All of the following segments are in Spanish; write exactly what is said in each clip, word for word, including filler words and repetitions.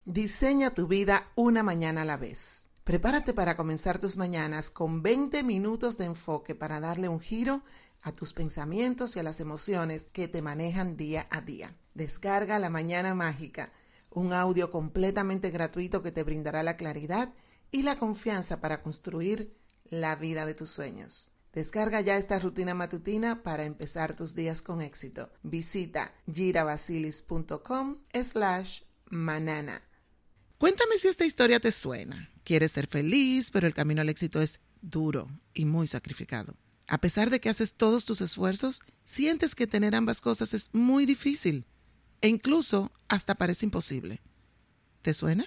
Diseña tu vida una mañana a la vez. Prepárate para comenzar tus mañanas con veinte minutos de enfoque para darle un giro a tus pensamientos y a las emociones que te manejan día a día. Descarga La Mañana Mágica, un audio completamente gratuito que te brindará la claridad y la confianza para construir la vida de tus sueños. Descarga ya esta rutina matutina para empezar tus días con éxito. Visita girabasilis.com slash manana. Cuéntame si esta historia te suena. Quieres ser feliz, pero el camino al éxito es duro y muy sacrificado. A pesar de que haces todos tus esfuerzos, sientes que tener ambas cosas es muy difícil e incluso hasta parece imposible. ¿Te suena?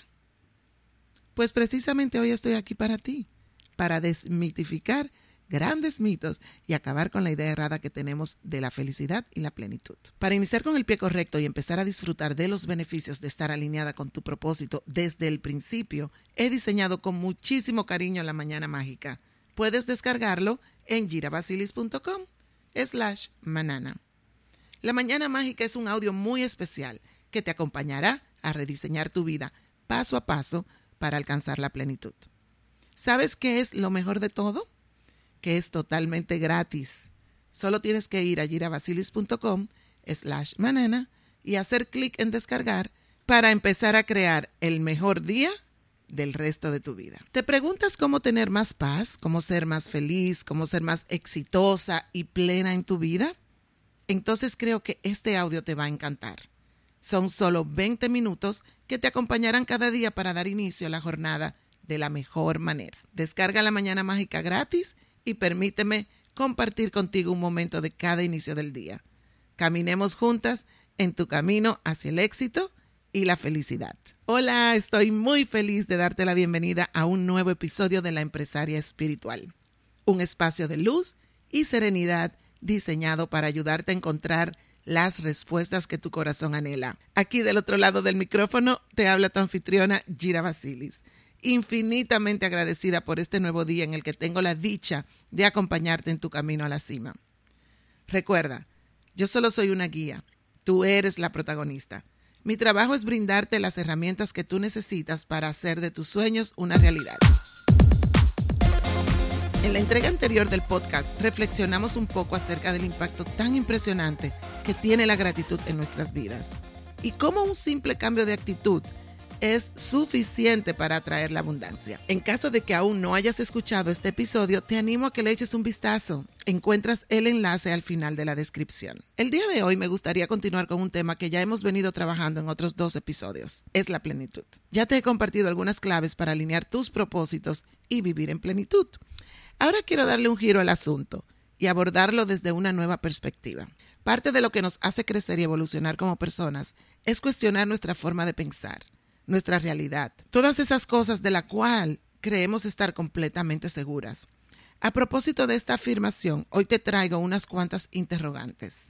Pues precisamente hoy estoy aquí para ti, para desmitificar grandes mitos y acabar con la idea errada que tenemos de la felicidad y la plenitud. Para iniciar con el pie correcto y empezar a disfrutar de los beneficios de estar alineada con tu propósito desde el principio, he diseñado con muchísimo cariño La Mañana Mágica. Puedes descargarlo en girabasilis.com slash manana. La Mañana Mágica es un audio muy especial que te acompañará a rediseñar tu vida paso a paso para alcanzar la plenitud. ¿Sabes qué es lo mejor de todo? Que es totalmente gratis. Solo tienes que ir a girabasilis.com slash manana y hacer clic en descargar para empezar a crear el mejor día del resto de tu vida. ¿Te preguntas cómo tener más paz, cómo ser más feliz, cómo ser más exitosa y plena en tu vida? Entonces creo que este audio te va a encantar. Son solo veinte minutos que te acompañarán cada día para dar inicio a la jornada de la mejor manera. Descarga La Mañana Mágica gratis y permíteme compartir contigo un momento de cada inicio del día. Caminemos juntas en tu camino hacia el éxito y la felicidad. Hola, estoy muy feliz de darte la bienvenida a un nuevo episodio de La Empresaria Espiritual. Un espacio de luz y serenidad diseñado para ayudarte a encontrar las respuestas que tu corazón anhela. Aquí del otro lado del micrófono te habla tu anfitriona Gira Basilis. Infinitamente agradecida por este nuevo día en el que tengo la dicha de acompañarte en tu camino a la cima. Recuerda, yo solo soy una guía, tú eres la protagonista. Mi trabajo es brindarte las herramientas que tú necesitas para hacer de tus sueños una realidad. En la entrega anterior del podcast reflexionamos un poco acerca del impacto tan impresionante que tiene la gratitud en nuestras vidas y cómo un simple cambio de actitud es suficiente para atraer la abundancia. En caso de que aún no hayas escuchado este episodio, te animo a que le eches un vistazo. Encuentras el enlace al final de la descripción. El día de hoy me gustaría continuar con un tema que ya hemos venido trabajando en otros dos episodios. Es la plenitud. Ya te he compartido algunas claves para alinear tus propósitos y vivir en plenitud. Ahora quiero darle un giro al asunto y abordarlo desde una nueva perspectiva. Parte de lo que nos hace crecer y evolucionar como personas es cuestionar nuestra forma de pensar, nuestra realidad, todas esas cosas de la cual creemos estar completamente seguras. A propósito de esta afirmación, hoy te traigo unas cuantas interrogantes.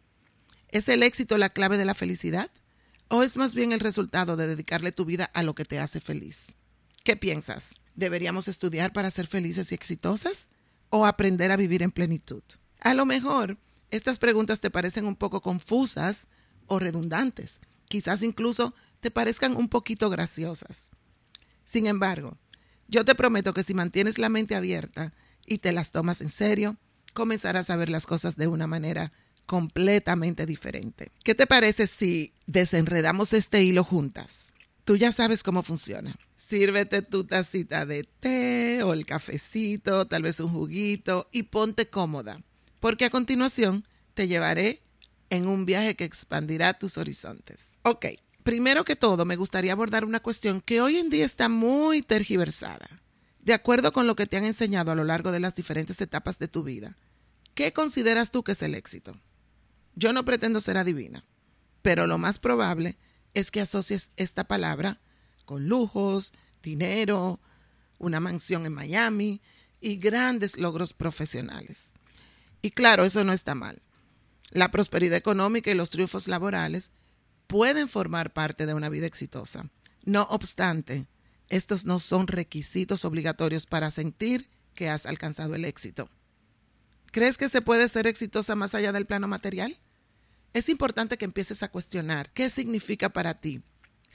¿Es el éxito la clave de la felicidad? ¿O es más bien el resultado de dedicarle tu vida a lo que te hace feliz? ¿Qué piensas? ¿Deberíamos estudiar para ser felices y exitosas? ¿O aprender a vivir en plenitud? A lo mejor, estas preguntas te parecen un poco confusas o redundantes. Quizás incluso te parezcan un poquito graciosas. Sin embargo, yo te prometo que si mantienes la mente abierta y te las tomas en serio, comenzarás a ver las cosas de una manera completamente diferente. ¿Qué te parece si desenredamos este hilo juntas? Tú ya sabes cómo funciona. Sírvete tu tacita de té o el cafecito, tal vez un juguito y ponte cómoda, porque a continuación te llevaré en un viaje que expandirá tus horizontes. Ok. Primero que todo, me gustaría abordar una cuestión que hoy en día está muy tergiversada. De acuerdo con lo que te han enseñado a lo largo de las diferentes etapas de tu vida, ¿qué consideras tú que es el éxito? Yo no pretendo ser adivina, pero lo más probable es que asocies esta palabra con lujos, dinero, una mansión en Miami y grandes logros profesionales. Y claro, eso no está mal. La prosperidad económica y los triunfos laborales pueden formar parte de una vida exitosa. No obstante, estos no son requisitos obligatorios para sentir que has alcanzado el éxito. ¿Crees que se puede ser exitosa más allá del plano material? Es importante que empieces a cuestionar qué significa para ti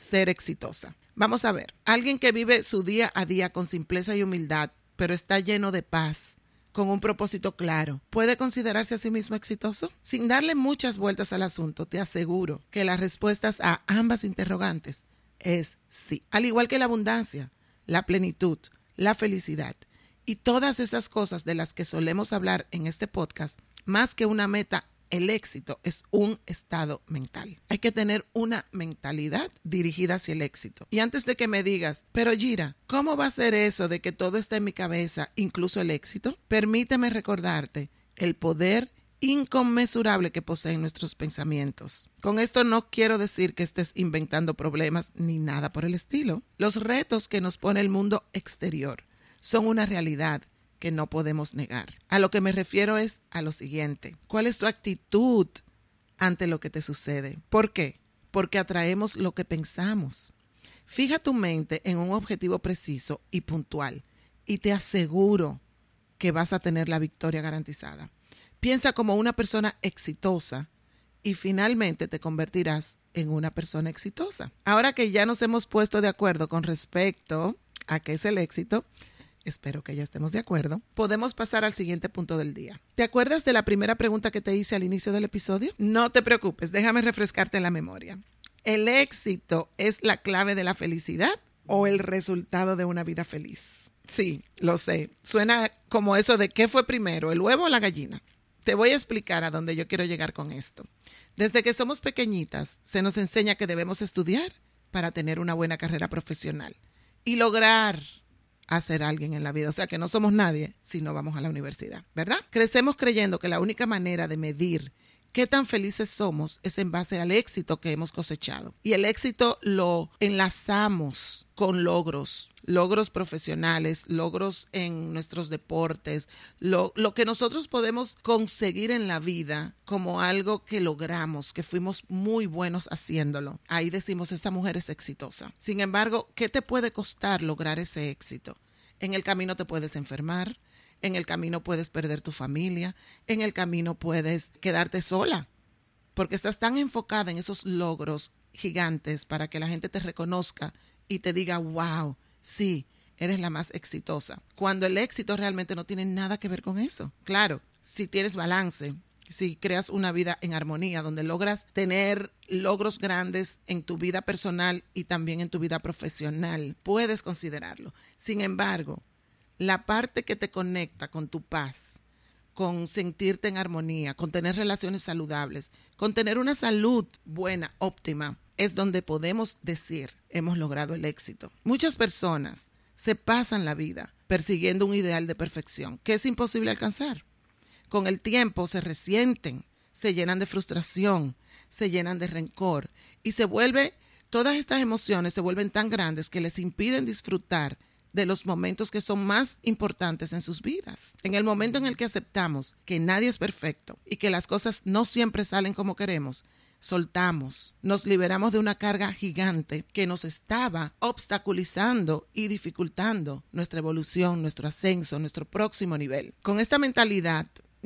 ser exitosa. Vamos a ver, alguien que vive su día a día con simpleza y humildad, pero está lleno de paz, con un propósito claro, ¿puede considerarse a sí mismo exitoso? Sin darle muchas vueltas al asunto, te aseguro que las respuestas a ambas interrogantes es sí. Al igual que la abundancia, la plenitud, la felicidad y todas esas cosas de las que solemos hablar en este podcast, más que una meta, el éxito es un estado mental. Hay que tener una mentalidad dirigida hacia el éxito. Y antes de que me digas, pero Gira, ¿cómo va a ser eso de que todo está en mi cabeza, incluso el éxito? Permíteme recordarte el poder inconmensurable que poseen nuestros pensamientos. Con esto no quiero decir que estés inventando problemas ni nada por el estilo. Los retos que nos pone el mundo exterior son una realidad que no podemos negar. A lo que me refiero es a lo siguiente. ¿Cuál es tu actitud ante lo que te sucede? ¿Por qué? Porque atraemos lo que pensamos. Fija tu mente en un objetivo preciso y puntual y te aseguro que vas a tener la victoria garantizada. Piensa como una persona exitosa y finalmente te convertirás en una persona exitosa. Ahora que ya nos hemos puesto de acuerdo con respecto a qué es el éxito, espero que ya estemos de acuerdo, podemos pasar al siguiente punto del día. ¿Te acuerdas de la primera pregunta que te hice al inicio del episodio? No te preocupes, déjame refrescarte la memoria. ¿El éxito es la clave de la felicidad o el resultado de una vida feliz? Sí, lo sé. Suena como eso de ¿qué fue primero, el huevo o la gallina? Te voy a explicar a dónde yo quiero llegar con esto. Desde que somos pequeñitas, se nos enseña que debemos estudiar para tener una buena carrera profesional y lograr a ser alguien en la vida. O sea que no somos nadie si no vamos a la universidad, ¿verdad? Crecemos creyendo que la única manera de medir qué tan felices somos es en base al éxito que hemos cosechado. Y el éxito lo enlazamos con logros, logros profesionales, logros en nuestros deportes, lo, lo que nosotros podemos conseguir en la vida como algo que logramos, que fuimos muy buenos haciéndolo. Ahí decimos, esta mujer es exitosa. Sin embargo, ¿qué te puede costar lograr ese éxito? En el camino te puedes enfermar, en el camino puedes perder tu familia, en el camino puedes quedarte sola, porque estás tan enfocada en esos logros gigantes para que la gente te reconozca y te diga, wow, sí, eres la más exitosa. Cuando el éxito realmente no tiene nada que ver con eso. Claro, si tienes balance, si creas una vida en armonía, donde logras tener logros grandes en tu vida personal y también en tu vida profesional, puedes considerarlo. Sin embargo, la parte que te conecta con tu paz, con sentirte en armonía, con tener relaciones saludables, con tener una salud buena, óptima, es donde podemos decir, hemos logrado el éxito. Muchas personas se pasan la vida persiguiendo un ideal de perfección que es imposible alcanzar. Con el tiempo se resienten, se llenan de frustración, se llenan de rencor y se vuelve, todas estas emociones se vuelven tan grandes que les impiden disfrutar de los momentos que son más importantes en sus vidas. En el momento en el que aceptamos que nadie es perfecto y que las cosas no siempre salen como queremos, soltamos, nos liberamos de una carga gigante que nos estaba obstaculizando y dificultando nuestra evolución, nuestro ascenso, nuestro próximo nivel. Con esta mentalidad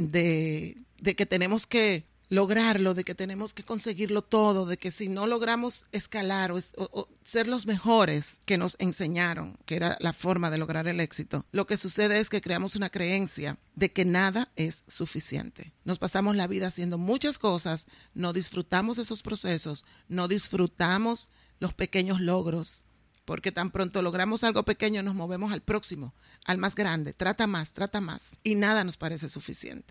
de, de que tenemos que lograrlo, de que tenemos que conseguirlo todo, de que si no logramos escalar o, o, o ser los mejores que nos enseñaron, que era la forma de lograr el éxito, lo que sucede es que creamos una creencia de que nada es suficiente. Nos pasamos la vida haciendo muchas cosas, no disfrutamos esos procesos, no disfrutamos los pequeños logros, porque tan pronto logramos algo pequeño nos movemos al próximo, al más grande, trata más, trata más, y nada nos parece suficiente.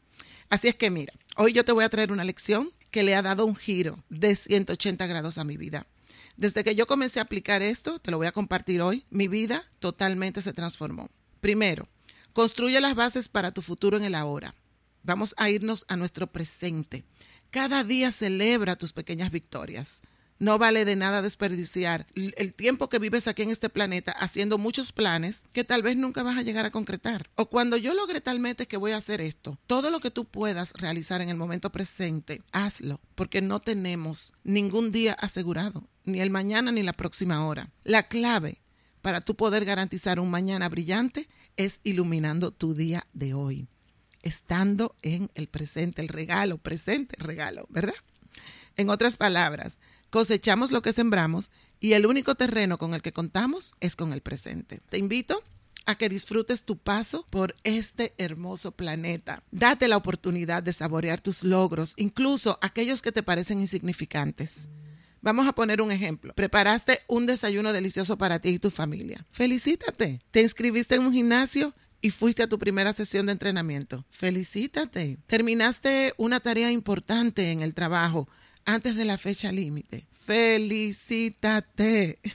Así es que mira, hoy yo te voy a traer una lección que le ha dado un giro de ciento ochenta grados a mi vida. Desde que yo comencé a aplicar esto, te lo voy a compartir hoy, mi vida totalmente se transformó. Primero, construye las bases para tu futuro en el ahora. Vamos a irnos a nuestro presente. Cada día celebra tus pequeñas victorias. No vale de nada desperdiciar el tiempo que vives aquí en este planeta haciendo muchos planes que tal vez nunca vas a llegar a concretar. O cuando yo logre tal meta que voy a hacer esto, todo lo que tú puedas realizar en el momento presente, hazlo, porque no tenemos ningún día asegurado, ni el mañana ni la próxima hora. La clave para tú poder garantizar un mañana brillante es iluminando tu día de hoy, estando en el presente, el regalo, presente regalo, ¿verdad? En otras palabras, cosechamos lo que sembramos y el único terreno con el que contamos es con el presente. Te invito a que disfrutes tu paso por este hermoso planeta. Date la oportunidad de saborear tus logros, incluso aquellos que te parecen insignificantes. Vamos a poner un ejemplo. Preparaste un desayuno delicioso para ti y tu familia. Felicítate. Te inscribiste en un gimnasio y fuiste a tu primera sesión de entrenamiento. Felicítate. Terminaste una tarea importante en el trabajo antes de la fecha límite. Felicítate.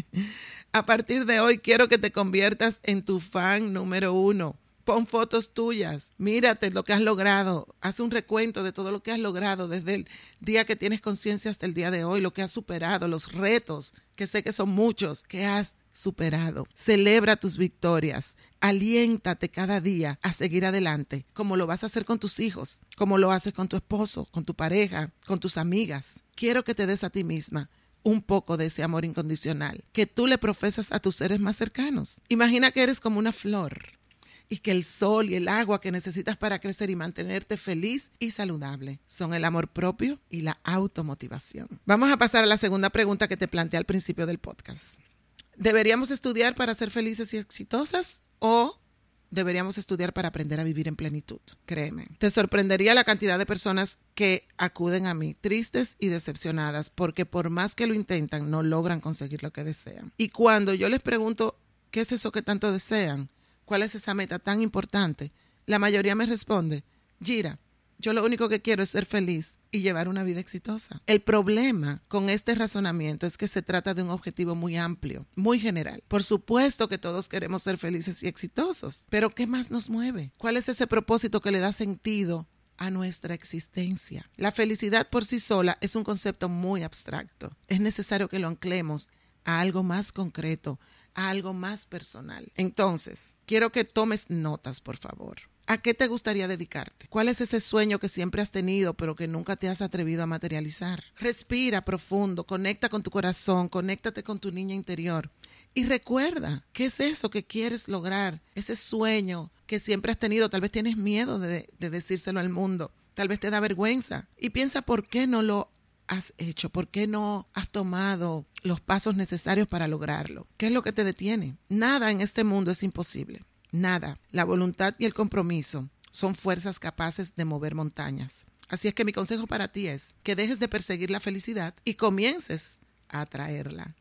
A partir de hoy quiero que te conviertas en tu fan número uno. Pon fotos tuyas, mírate lo que has logrado, haz un recuento de todo lo que has logrado desde el día que tienes conciencia hasta el día de hoy, lo que has superado, los retos, que sé que son muchos, que has superado. Celebra tus victorias, aliéntate cada día a seguir adelante, como lo vas a hacer con tus hijos, como lo haces con tu esposo, con tu pareja, con tus amigas. Quiero que te des a ti misma un poco de ese amor incondicional que tú le profesas a tus seres más cercanos. Imagina que eres como una flor y que el sol y el agua que necesitas para crecer y mantenerte feliz y saludable son el amor propio y la automotivación. Vamos a pasar a la segunda pregunta que te planteé al principio del podcast. ¿Deberíamos estudiar para ser felices y exitosas o deberíamos estudiar para aprender a vivir en plenitud? Créeme, te sorprendería la cantidad de personas que acuden a mí tristes y decepcionadas porque por más que lo intentan no logran conseguir lo que desean. Y cuando yo les pregunto ¿qué es eso que tanto desean? ¿Cuál es esa meta tan importante? La mayoría me responde, Gira, yo lo único que quiero es ser feliz y llevar una vida exitosa. El problema con este razonamiento es que se trata de un objetivo muy amplio, muy general. Por supuesto que todos queremos ser felices y exitosos, pero ¿qué más nos mueve? ¿Cuál es ese propósito que le da sentido a nuestra existencia? La felicidad por sí sola es un concepto muy abstracto. Es necesario que lo anclemos a algo más concreto, a algo más personal. Entonces, quiero que tomes notas, por favor. ¿A qué te gustaría dedicarte? ¿Cuál es ese sueño que siempre has tenido, pero que nunca te has atrevido a materializar? Respira profundo, conecta con tu corazón, conéctate con tu niña interior. Y recuerda, ¿qué es eso que quieres lograr? Ese sueño que siempre has tenido, tal vez tienes miedo de, de decírselo al mundo, tal vez te da vergüenza. Y piensa por qué no lo has hecho, por qué no has tomado los pasos necesarios para lograrlo. ¿Qué es lo que te detiene? Nada en este mundo es imposible. Nada. La voluntad y el compromiso son fuerzas capaces de mover montañas. Así es que mi consejo para ti es que dejes de perseguir la felicidad y comiences a atraerla.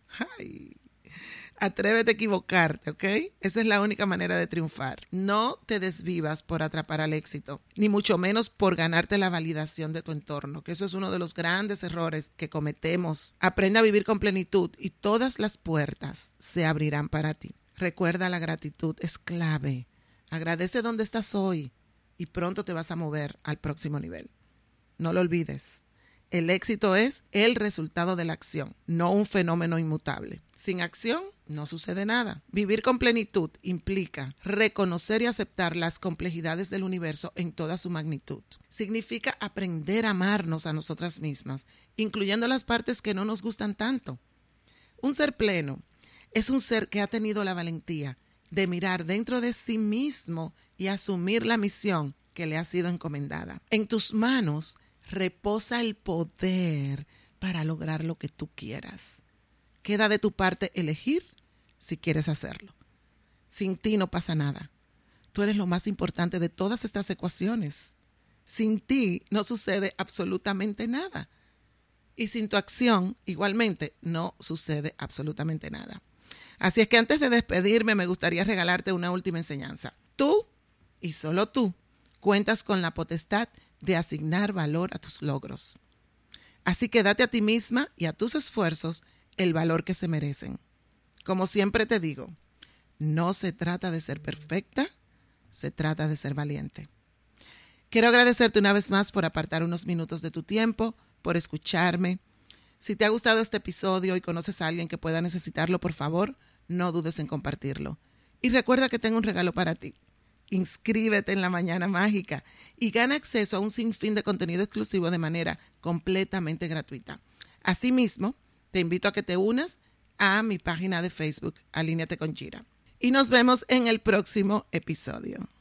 ¡Ay! Atrévete a equivocarte, ¿ok? Esa es la única manera de triunfar. No te desvivas por atrapar al éxito, ni mucho menos por ganarte la validación de tu entorno, que eso es uno de los grandes errores que cometemos. Aprende a vivir con plenitud y todas las puertas se abrirán para ti. Recuerda, la gratitud es clave. Agradece donde estás hoy y pronto te vas a mover al próximo nivel. No lo olvides. El éxito es el resultado de la acción, no un fenómeno inmutable. Sin acción no sucede nada. Vivir con plenitud implica reconocer y aceptar las complejidades del universo en toda su magnitud. Significa aprender a amarnos a nosotras mismas, incluyendo las partes que no nos gustan tanto. Un ser pleno es un ser que ha tenido la valentía de mirar dentro de sí mismo y asumir la misión que le ha sido encomendada. En tus manos reposa el poder para lograr lo que tú quieras. Queda de tu parte elegir si quieres hacerlo. Sin ti no pasa nada. Tú eres lo más importante de todas estas ecuaciones. Sin ti no sucede absolutamente nada. Y sin tu acción, igualmente, no sucede absolutamente nada. Así es que antes de despedirme, me gustaría regalarte una última enseñanza. Tú, y solo tú, cuentas con la potestad de asignar valor a tus logros. Así que date a ti misma y a tus esfuerzos el valor que se merecen. Como siempre te digo, no se trata de ser perfecta, se trata de ser valiente. Quiero agradecerte una vez más por apartar unos minutos de tu tiempo, por escucharme. Si te ha gustado este episodio y conoces a alguien que pueda necesitarlo, por favor, no dudes en compartirlo. Y recuerda que tengo un regalo para ti. Inscríbete en La Mañana Mágica y gana acceso a un sinfín de contenido exclusivo de manera completamente gratuita. Asimismo, te invito a que te unas a mi página de Facebook, Alíneate con Gira. Y nos vemos en el próximo episodio.